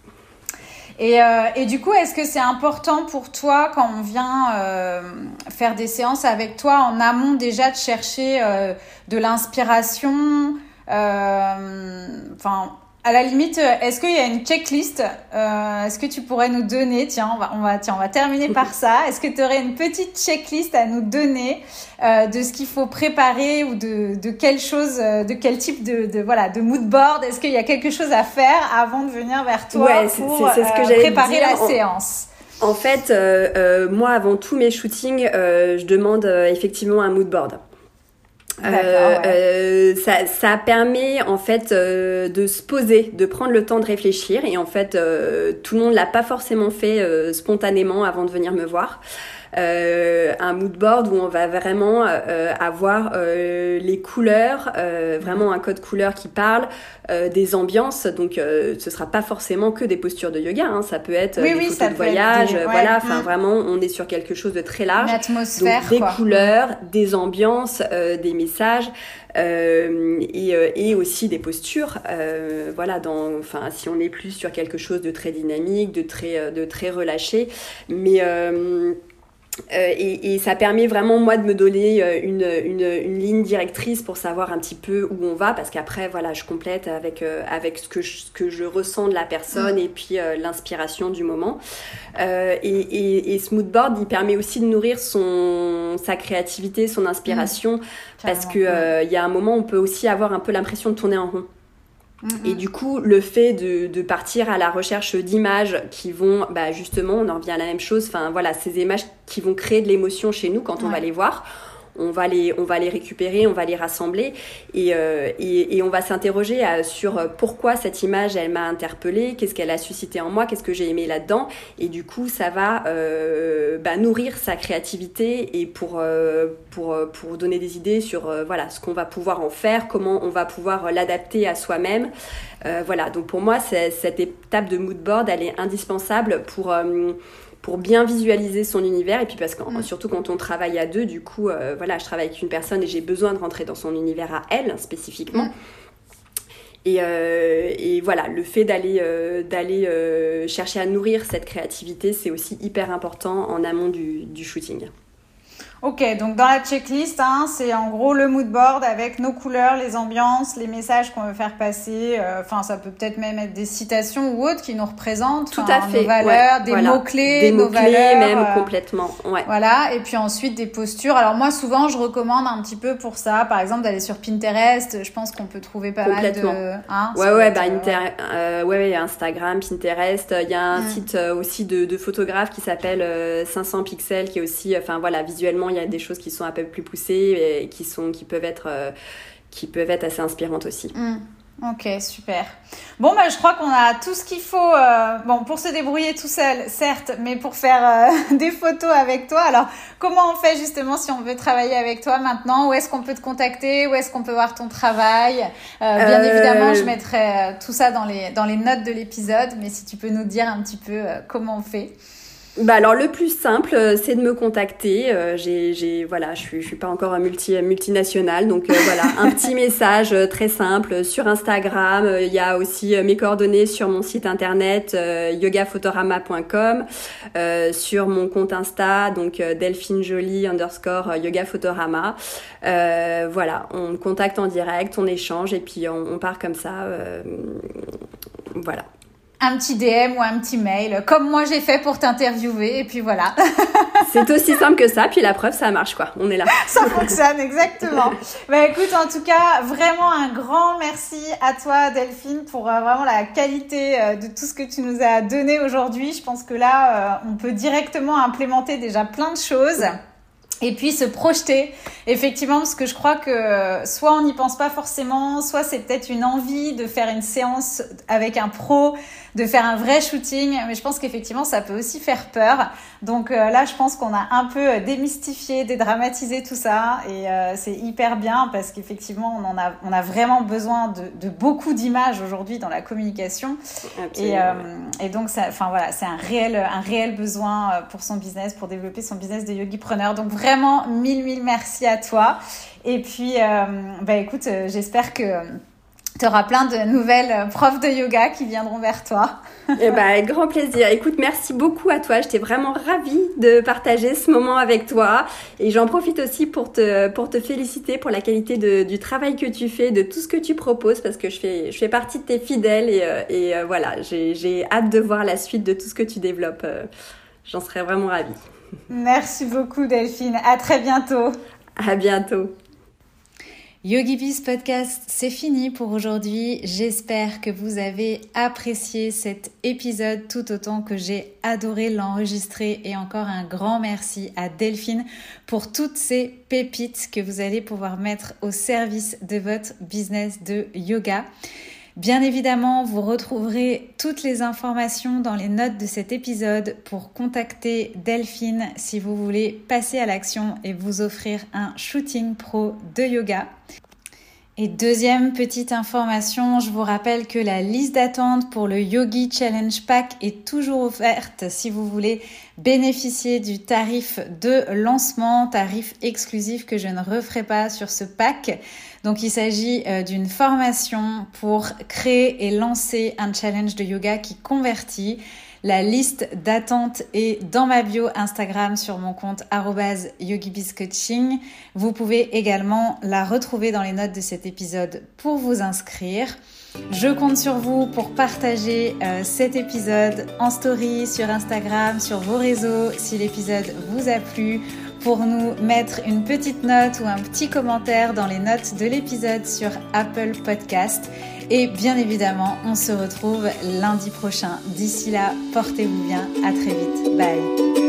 Et, euh, et du coup, est-ce que c'est important pour toi quand on vient euh, faire des séances avec toi en amont déjà de chercher euh, de l'inspiration, enfin. Euh, À la limite, est-ce qu'il y a une checklist euh, Est-ce que tu pourrais nous donner, tiens, on va, on va, tiens, on va terminer par ça. Est-ce que tu aurais une petite checklist à nous donner euh, de ce qu'il faut préparer ou de, de quelle chose, de quel type de, de voilà, de mood board? Est-ce qu'il y a quelque chose à faire avant de venir vers toi ouais, pour c'est, c'est ce que euh, préparer dire. la en, séance? En fait, euh, euh, moi, avant tous mes shootings, euh, je demande euh, effectivement un mood board. Euh, ouais. euh, ça, ça permet en fait euh, de se poser, de prendre le temps de réfléchir et en fait euh, tout le monde l'a pas forcément fait euh, spontanément avant de venir me voir. Euh, un mood board où on va vraiment euh, avoir euh, les couleurs, euh, vraiment un code couleur qui parle, euh, des ambiances. Donc, euh, ce sera pas forcément que des postures de yoga. Hein, ça peut être oui, des oui, photos de voyage. Des... Ouais, voilà, enfin mmh. vraiment, on est sur quelque chose de très large. Une atmosphère, donc, des quoi. couleurs, des ambiances, euh, des messages. Euh, et, euh, et aussi des postures. Euh, voilà, dans, enfin, si on est plus sur quelque chose de très dynamique, de très, de très relâché, mais euh, Euh, et, et ça permet vraiment moi de me donner une, une, une ligne directrice pour savoir un petit peu où on va, parce qu'après voilà je complète avec, euh, avec ce, que je, ce que je ressens de la personne mmh. et puis euh, l'inspiration du moment. Euh, et, et, et ce mood board il permet aussi de nourrir son, sa créativité, son inspiration, mmh. parce qu'il euh, y a un moment où on peut aussi avoir un peu l'impression de tourner en rond. Et du coup, le fait de, de partir à la recherche d'images qui vont, bah justement, on en revient à la même chose, enfin voilà, ces images qui vont créer de l'émotion chez nous quand on ouais. va les voir. On va les, on va les récupérer, on va les rassembler et, euh, et, et on va s'interroger à, sur pourquoi cette image, elle m'a interpellée, qu'est-ce qu'elle a suscité en moi, qu'est-ce que j'ai aimé là-dedans. Et du coup, ça va euh, bah, nourrir sa créativité et pour, euh, pour, pour donner des idées sur euh, voilà, ce qu'on va pouvoir en faire, comment on va pouvoir l'adapter à soi-même. Euh, voilà, donc pour moi, c'est, cette étape de mood board, elle est indispensable pour... Euh, pour bien visualiser son univers et puis parce que mmh. surtout quand on travaille à deux, du coup, euh, voilà, je travaille avec une personne et j'ai besoin de rentrer dans son univers à elle spécifiquement. Mmh. Et, euh, et voilà, le fait d'aller, euh, d'aller euh, chercher à nourrir cette créativité, c'est aussi hyper important en amont du, du shooting. Ok, donc dans la checklist, hein, c'est en gros le mood board avec nos couleurs, les ambiances, les messages qu'on veut faire passer. Enfin, euh, ça peut peut-être même être des citations ou autres qui nous représentent. Tout à fait. Nos valeurs, ouais, des voilà. mots-clés, des nos mots-clés valeurs. même euh, complètement. Ouais. Voilà, et puis ensuite des postures. Alors moi, souvent, je recommande un petit peu pour ça, par exemple, d'aller sur Pinterest. Je pense qu'on peut trouver pas mal de... Hein, ouais, ouais, bah, inter... euh, ouais, ouais, Instagram, Pinterest. Il y a un mm. site euh, aussi de, de photographes qui s'appelle euh, cinq cents pixels, qui est aussi... Enfin, voilà, visuellement, il y a des choses qui sont un peu plus poussées et qui, sont, qui, peuvent, être, euh, qui peuvent être assez inspirantes aussi. Mm. Ok, super. Bon, bah, je crois qu'on a tout ce qu'il faut euh, bon, pour se débrouiller tout seul, certes, mais pour faire euh, des photos avec toi. Alors, comment on fait justement si on veut travailler avec toi maintenant? Où est-ce qu'on peut te contacter? Où est-ce qu'on peut voir ton travail? euh, Bien euh... évidemment, je mettrai euh, tout ça dans les, dans les notes de l'épisode, mais si tu peux nous dire un petit peu euh, comment on fait. Bah alors le plus simple, euh, c'est de me contacter. Euh, j'ai, j'ai, voilà, je suis, je suis pas encore un multi, multinational, donc euh, voilà, un petit message euh, très simple sur Instagram. Il euh, y a aussi euh, mes coordonnées sur mon site internet euh, yoga photorama point com, euh, sur mon compte Insta, donc euh, Delphine Joly underscore euh, yoga photorama. Euh, voilà, on me contacte en direct, on échange et puis on, on part comme ça. Euh, voilà. Un petit D M ou un petit mail, comme moi j'ai fait pour t'interviewer, et puis voilà. C'est aussi simple que ça, puis la preuve, ça marche, quoi. On est là. Ça fonctionne, exactement. Bah écoute, en tout cas, vraiment un grand merci à toi, Delphine, pour euh, vraiment la qualité euh, de tout ce que tu nous as donné aujourd'hui. Je pense que là, euh, on peut directement implémenter déjà plein de choses. Et puis se projeter, effectivement, parce que je crois que soit on n'y pense pas forcément, soit c'est peut-être une envie de faire une séance avec un pro, de faire un vrai shooting, mais je pense qu'effectivement ça peut aussi faire peur. Donc euh, là, je pense qu'on a un peu démystifié, dédramatisé tout ça, et euh, c'est hyper bien parce qu'effectivement on en a, on a vraiment besoin de, de beaucoup d'images aujourd'hui dans la communication. Et, euh, et donc, ça, enfin voilà, c'est un réel, un réel besoin pour son business, pour développer son business de yogipreneur. Donc vraiment mille mille merci à toi. Et puis, euh, bah écoute, euh, j'espère que tu auras plein de nouvelles profs de yoga qui viendront vers toi. Eh ben, avec grand plaisir. Écoute, merci beaucoup à toi. J'étais vraiment ravie de partager ce moment avec toi. Et j'en profite aussi pour te, pour te féliciter pour la qualité de, du travail que tu fais, de tout ce que tu proposes, parce que je fais, je fais partie de tes fidèles et, et euh, voilà, j'ai, j'ai hâte de voir la suite de tout ce que tu développes. J'en serais vraiment ravie. Merci beaucoup Delphine. À très bientôt. À bientôt. YogiBiz Podcast, c'est fini pour aujourd'hui. J'espère que vous avez apprécié cet épisode tout autant que j'ai adoré l'enregistrer. Et encore un grand merci à Delphine pour toutes ces pépites que vous allez pouvoir mettre au service de votre business de yoga. Bien évidemment, vous retrouverez toutes les informations dans les notes de cet épisode pour contacter Delphine si vous voulez passer à l'action et vous offrir un shooting pro de yoga. Et deuxième petite information, je vous rappelle que la liste d'attente pour le Yogi Challenge Pack est toujours ouverte si vous voulez bénéficier du tarif de lancement, tarif exclusif que je ne referai pas sur ce pack. Donc il s'agit d'une formation pour créer et lancer un challenge de yoga qui convertit. La liste d'attente est dans ma bio Instagram sur mon compte arobase yogibizcoaching. Vous pouvez également la retrouver dans les notes de cet épisode pour vous inscrire. Je compte sur vous pour partager euh, cet épisode en story sur Instagram, sur vos réseaux si l'épisode vous a plu, pour nous mettre une petite note ou un petit commentaire dans les notes de l'épisode sur Apple Podcast. Et bien évidemment, on se retrouve lundi prochain. D'ici là, portez-vous bien. À très vite. Bye.